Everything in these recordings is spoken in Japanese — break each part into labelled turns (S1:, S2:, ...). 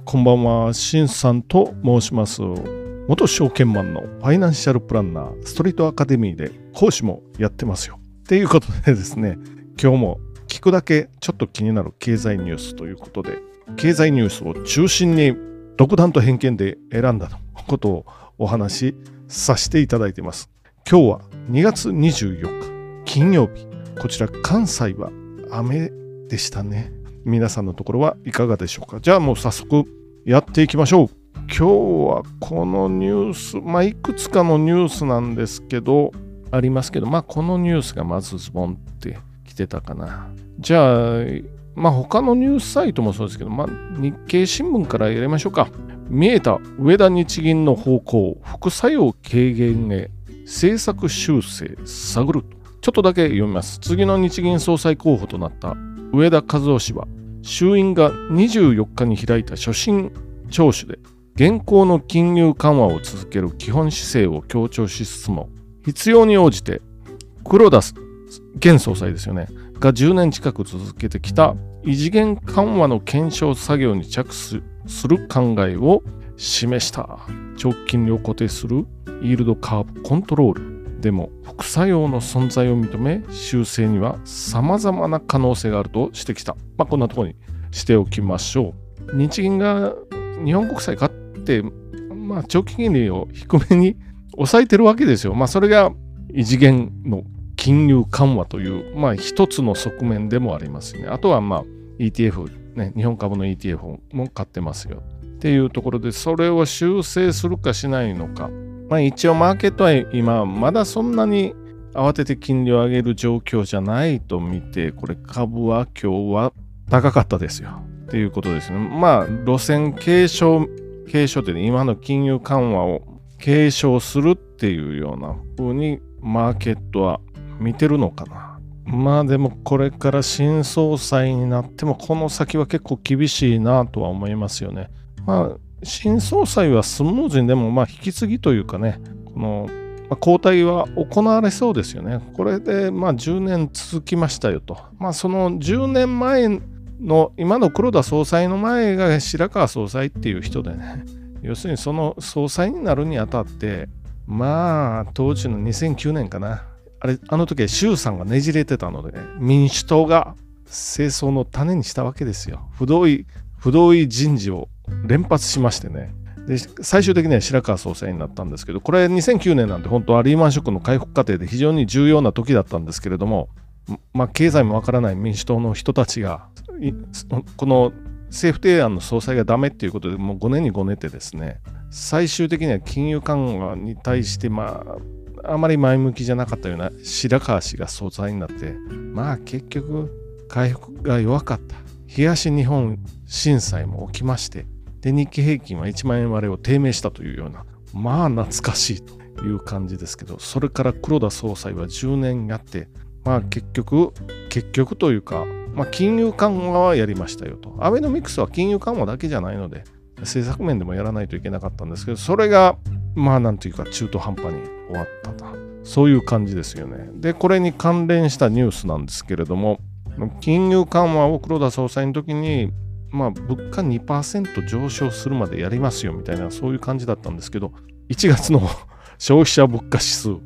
S1: こんばんは、しんさんと申します。元証券マンのファイナンシャルプランナー、ストリートアカデミーで講師もやってますよ。っていうことでですね、今日も聞くだけちょっと気になる経済ニュースということで、経済ニュースを中心に独断と偏見で選んだことをお話しさせていただいています。今日は2月24日金曜日、こちら関西は雨でしたね。皆さんのところはいかがでしょうか。じゃあもう早速やっていきましょう。今日はこのニュース、いくつかのニュースなんですけど、ありますけど、このニュースがまずズボンって来てたかな。じゃあ、他のニュースサイトもそうですけど、日経新聞からやりましょうか。見えた上田日銀の方向、副作用軽減へ政策修正探る。ちょっとだけ読みます。次の日銀総裁候補となった上田和夫氏は、衆院が24日に開いた所信聴取で、現行の金融緩和を続ける基本姿勢を強調しつつも、必要に応じて黒田現総裁ですよね、が10年近く続けてきた異次元緩和の検証作業に着手する考えを示した。長期金利を固定するイールドカーブコントロールでも副作用の存在を認め、修正には様々な可能性があると指摘した。こんなところにしておきましょう。日銀が日本国債買って、長期金利を低めに抑えてるわけですよ。それが異次元の金融緩和という、一つの側面でもありますね。あとはETF、日本株の ETF も買ってますよっていうところで、それを修正するかしないのか。一応マーケットは今まだそんなに慌てて金利を上げる状況じゃないと見て、これ株は今日は高かったですよっていうことですね。路線継承ってね、今の金融緩和を継承するっていうような風にマーケットは見てるのかな。でもこれから新総裁になってもこの先は結構厳しいなとは思いますよね。新総裁はスムーズにでも引き継ぎというかね、この交代は行われそうですよね。これで10年続きましたよと。その10年前の今の黒田総裁の前が白川総裁っていう人でね、要するにその総裁になるにあたって当時の2009年かな、あの時は衆さんがねじれてたので、民主党が政争の種にしたわけですよ。不同意人事を連発しましてね。で最終的には白川総裁になったんですけど、これ2009年なんて本当はリーマンショックの回復過程で非常に重要な時だったんですけれども、経済もわからない民主党の人たちがこの政府提案の総裁がダメっていうことでもう5年に5年ってですね、最終的には金融緩和に対してあまり前向きじゃなかったような白川氏が総裁になって、結局回復が弱かった。東日本震災も起きまして、で日経平均は1万円割れを低迷したというような、懐かしいという感じですけど、それから黒田総裁は10年やって、結局というか、金融緩和はやりましたよと。アベノミクスは金融緩和だけじゃないので、政策面でもやらないといけなかったんですけど、それがなんというか中途半端に終わったと。そういう感じですよね。で、これに関連したニュースなんですけれども、金融緩和を黒田総裁の時に、物価 2% 上昇するまでやりますよみたいな、そういう感じだったんですけど、1月の消費者物価指数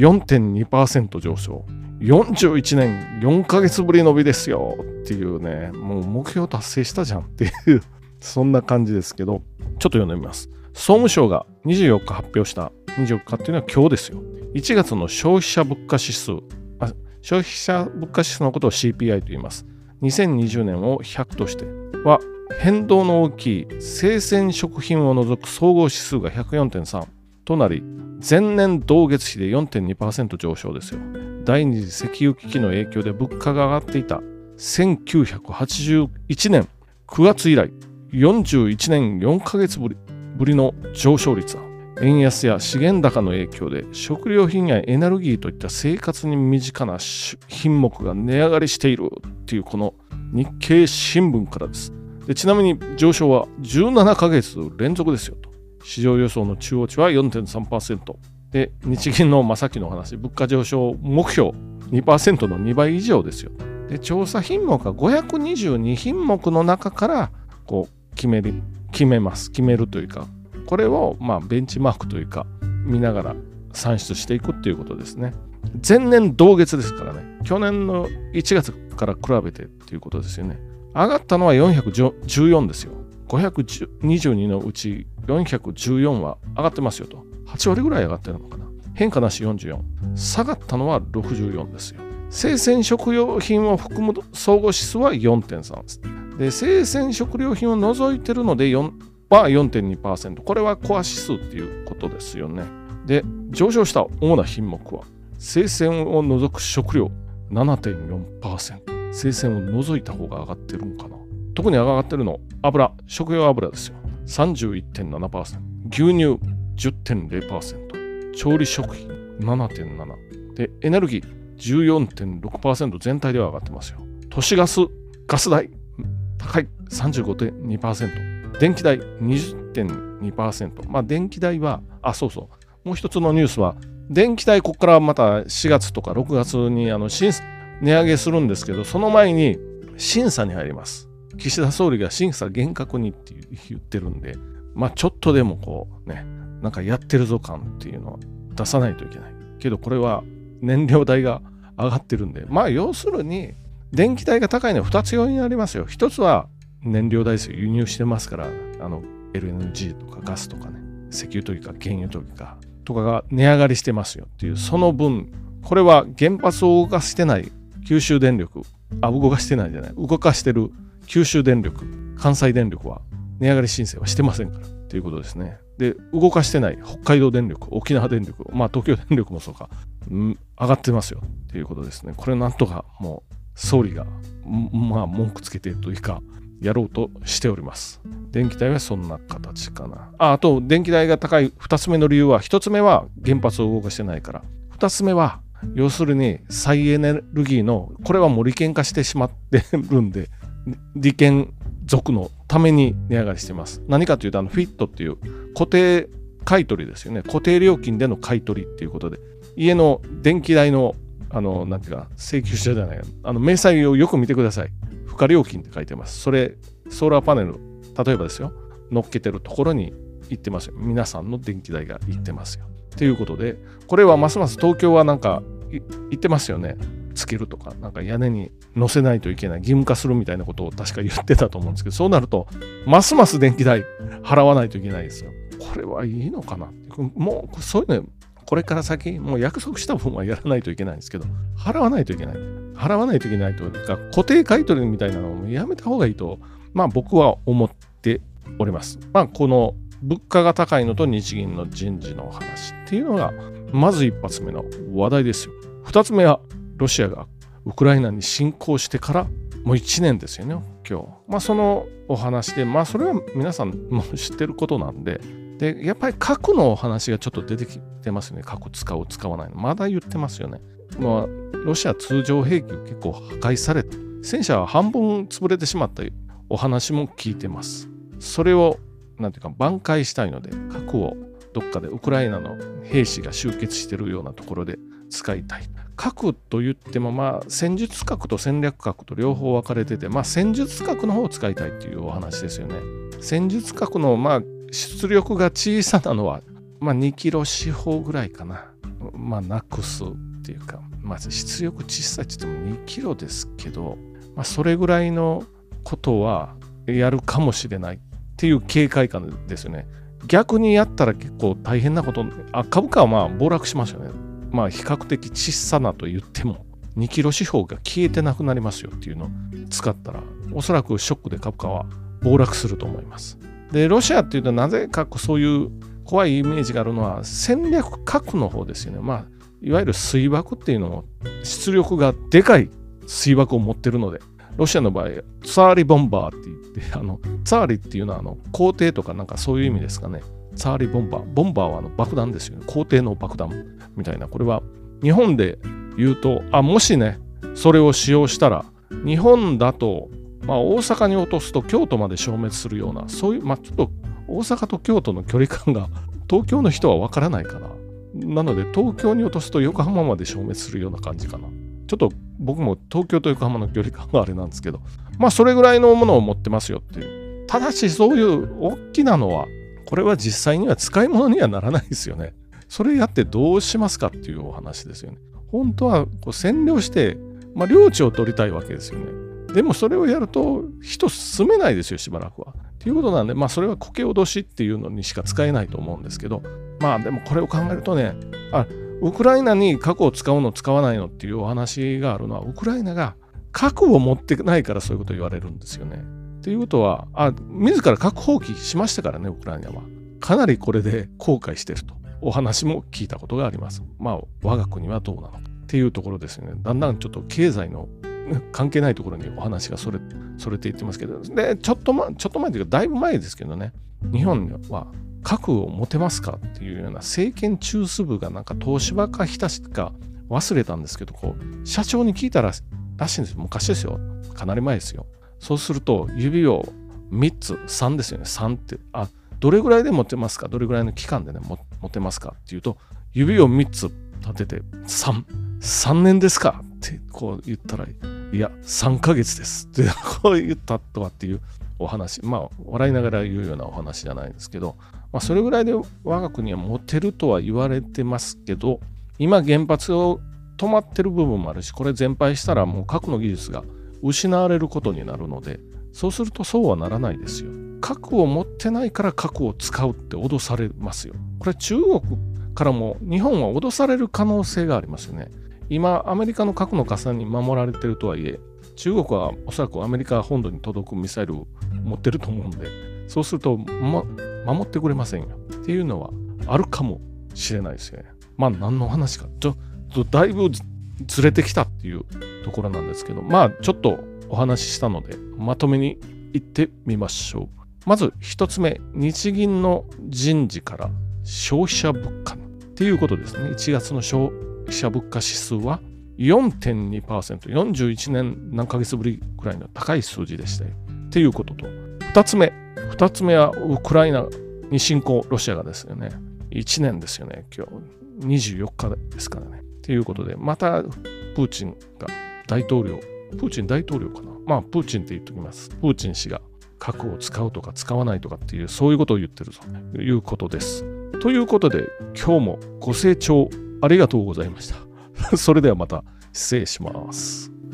S1: 4.2% 上昇。41年4ヶ月ぶり伸びですよっていうね、もう目標達成したじゃんっていうそんな感じですけど、ちょっと読んでみます。総務省が24日発表した、24日っていうのは今日ですよ。1月の消費者物価指数、消費者物価指数のことを CPI と言います。2020年を100としては、変動の大きい生鮮食品を除く総合指数が 104.3 となり、前年同月比で 4.2% 上昇ですよ。第二次石油危機の影響で物価が上がっていた1981年9月以来、41年4ヶ月ぶりの上昇率だ。円安や資源高の影響で食料品やエネルギーといった生活に身近な品目が値上がりしているっていうこの日経新聞からです。でちなみに上昇は17ヶ月連続ですよと。市場予想の中央値は 4.3% で、日銀のさっきの話、物価上昇目標 2% の2倍以上ですよ。で調査品目が522品目の中から決め決めるというか、これをベンチマークというか見ながら算出していくっていうことですね。前年同月ですからね。去年の1月から比べてっていうことですよね。上がったのは414ですよ。522のうち414は上がってますよと。8割ぐらい上がってるのかな。変化なし44。下がったのは64ですよ。生鮮食料品を含む総合指数は 4.3 です。で、生鮮食料品を除いてるので4.2%。これはコア指数っていうことですよね。で、上昇した主な品目は、生鮮を除く食料 7.4%。生鮮を除いた方が上がってるのかな。特に上がってるの、食用油ですよ。31.7%。牛乳 10.0%。調理食品 7.7%。で、エネルギー 14.6% 全体では上がってますよ。都市ガス代高い 35.2%。電気代 20.2%。電気代は、もう一つのニュースは、電気代ここからまた4月とか6月に値上げするんですけど、その前に審査に入ります。岸田総理が審査厳格にって言ってるんで、ちょっとでもなんかやってるぞ感っていうのは出さないといけない。けどこれは燃料代が上がってるんで、要するに電気代が高いのは2つ要因ありますよ。1つは燃料代ですよ。輸入してますから、LNG とかガスとかね、石油というか原油とかが値上がりしてますよっていう、その分、これは原発を動かしてない九州電力、動かしてる九州電力、関西電力は値上がり申請はしてませんからということですね。で、動かしてない北海道電力、沖縄電力、東京電力もそうか、上がってますよということですね。これなんとかもう総理が文句つけてというかやろうとしております。電気代はそんな形かな。あと電気代が高い2つ目の理由は、1つ目は原発を動かしてないから、2つ目は要するに再エネルギーのこれはもう利権化してしまってるんで、利権族のために値上がりしています。何かというとフィットっていう固定買取ですよね。固定料金での買取っていうことで、家の電気代のなんていうか請求書じゃない、明細をよく見てください。付加料金って書いてます。それソーラーパネル、例えばですよ、乗っけてるところに行ってますよ。皆さんの電気代が行ってますよ。ということで、これはますます東京はなんか言ってますよね。つけるとか、なんか屋根に乗せないといけない、義務化するみたいなことを確か言ってたと思うんですけど、そうなるとますます電気代払わないといけないですよ。これはいいのかな。もうそういうのこれから先もう約束した分はやらないといけないんですけど、払わないといけないというか、固定買取みたいなのをやめた方がいいと僕は思っております。この物価が高いのと日銀の人事の話っていうのがまず一発目の話題ですよ。二つ目はロシアがウクライナに侵攻してからもう1年ですよね、今日。そのお話で、それは皆さんも知ってることなんで、やっぱり核のお話がちょっと出てきてますよね。核使う、使わないの。まだ言ってますよね。ロシア通常兵器結構破壊されて、戦車は半分潰れてしまったお話も聞いてます。それを、挽回したいので、核をどっかでウクライナの兵士が集結しているようなところで使いたい。核と言っても戦術核と戦略核と両方分かれてて、戦術核の方を使いたいっていうお話ですよね。戦術核の出力が小さなのは2キロ四方ぐらいかな。なくすっていうか、出力小さいって言っても2キロですけど、それぐらいのことはやるかもしれないっていう警戒感ですよね。逆にやったら結構大変なこと、株価は暴落しますよね。比較的小さなと言っても2キロ四方が消えてなくなりますよっていうのを使ったら、おそらくショックで株価は暴落すると思います。で、ロシアっていうとなぜかそういう怖いイメージがあるのは戦略核の方ですよね。いわゆる水爆っていうのも出力がでかい水爆を持ってるので、ロシアの場合ツァーリボンバーって言って、ツァーリっていうのは皇帝とかなんかそういう意味ですかね。ツァーリボンバーは爆弾ですよね。皇帝の爆弾みたいな。これは日本で言うと、もしねそれを使用したら、日本だと大阪に落とすと京都まで消滅するような、そういうちょっと大阪と京都の距離感が東京の人は分からないかな。なので東京に落とすと横浜まで消滅するような感じかな。ちょっと僕も東京と横浜の距離感があれなんですけど、それぐらいのものを持ってますよっていう。 ただしそういう大きなのは、これは実際には使い物にはならないですよね。それやってどうしますかっていうお話ですよね。本当はこう占領して、領地を取りたいわけですよね。でもそれをやると人住めないですよ、しばらくは。ということなんで、それは苔脅しっていうのにしか使えないと思うんですけど、でもこれを考えるとね、ウクライナに核を使うの使わないのっていうお話があるのは、ウクライナが核を持ってないからそういうことを言われるんですよね。ということは、自ら核放棄しましたからね、ウクライナは。かなりこれで後悔してると。お話も聞いたことがあります。我が国はどうなのかっていうところですよね。だんだんちょっと経済の関係ないところにお話がそれていってますけど、で、ちょっと前というか、だいぶ前ですけどね、日本は核を持てますかっていうような政権中枢部が東芝か日立か忘れたんですけど、社長に聞いたらしいんですよ。昔ですよ。かなり前ですよ。そうすると、指を3つ、3ですよね。3って、どれぐらいで持てますか、どれぐらいの期間でね、持てますかっていうと、指を3つ立てて、3年ですかって言ったら、いや、3ヶ月ですって言ったとはっていうお話、笑いながら言うようなお話じゃないですけど、それぐらいで我が国は持てるとは言われてますけど、今原発を止まってる部分もあるし、これ全廃したらもう核の技術が失われることになるので、そうするとそうはならないですよ。核を持ってないから核を使うって脅されますよ。これ中国からも日本は脅される可能性がありますよね。今アメリカの核の傘に守られてるとはいえ、中国はおそらくアメリカ本土に届くミサイルを持ってると思うんで、そうすると、守ってくれませんよっていうのはあるかもしれないですよね。何の話かだいぶずれてきたっていうところなんですけど、ちょっとお話ししたのでまとめに行ってみましょう。まず一つ目、日銀の人事から消費者物価っていうことですね。1月の消費者物価指数は 4.2%、41年何ヶ月ぶりくらいの高い数字でしたよっていうことと、2つ目はウクライナに侵攻、ロシアがですよね。1年ですよね。今日24日ですからね。ということで、またプーチン大統領かな。プーチンって言っておきます。プーチン氏が核を使うとか使わないとかっていう、そういうことを言ってるということです。ということで、今日もご清聴ありがとうございました。それではまた失礼します。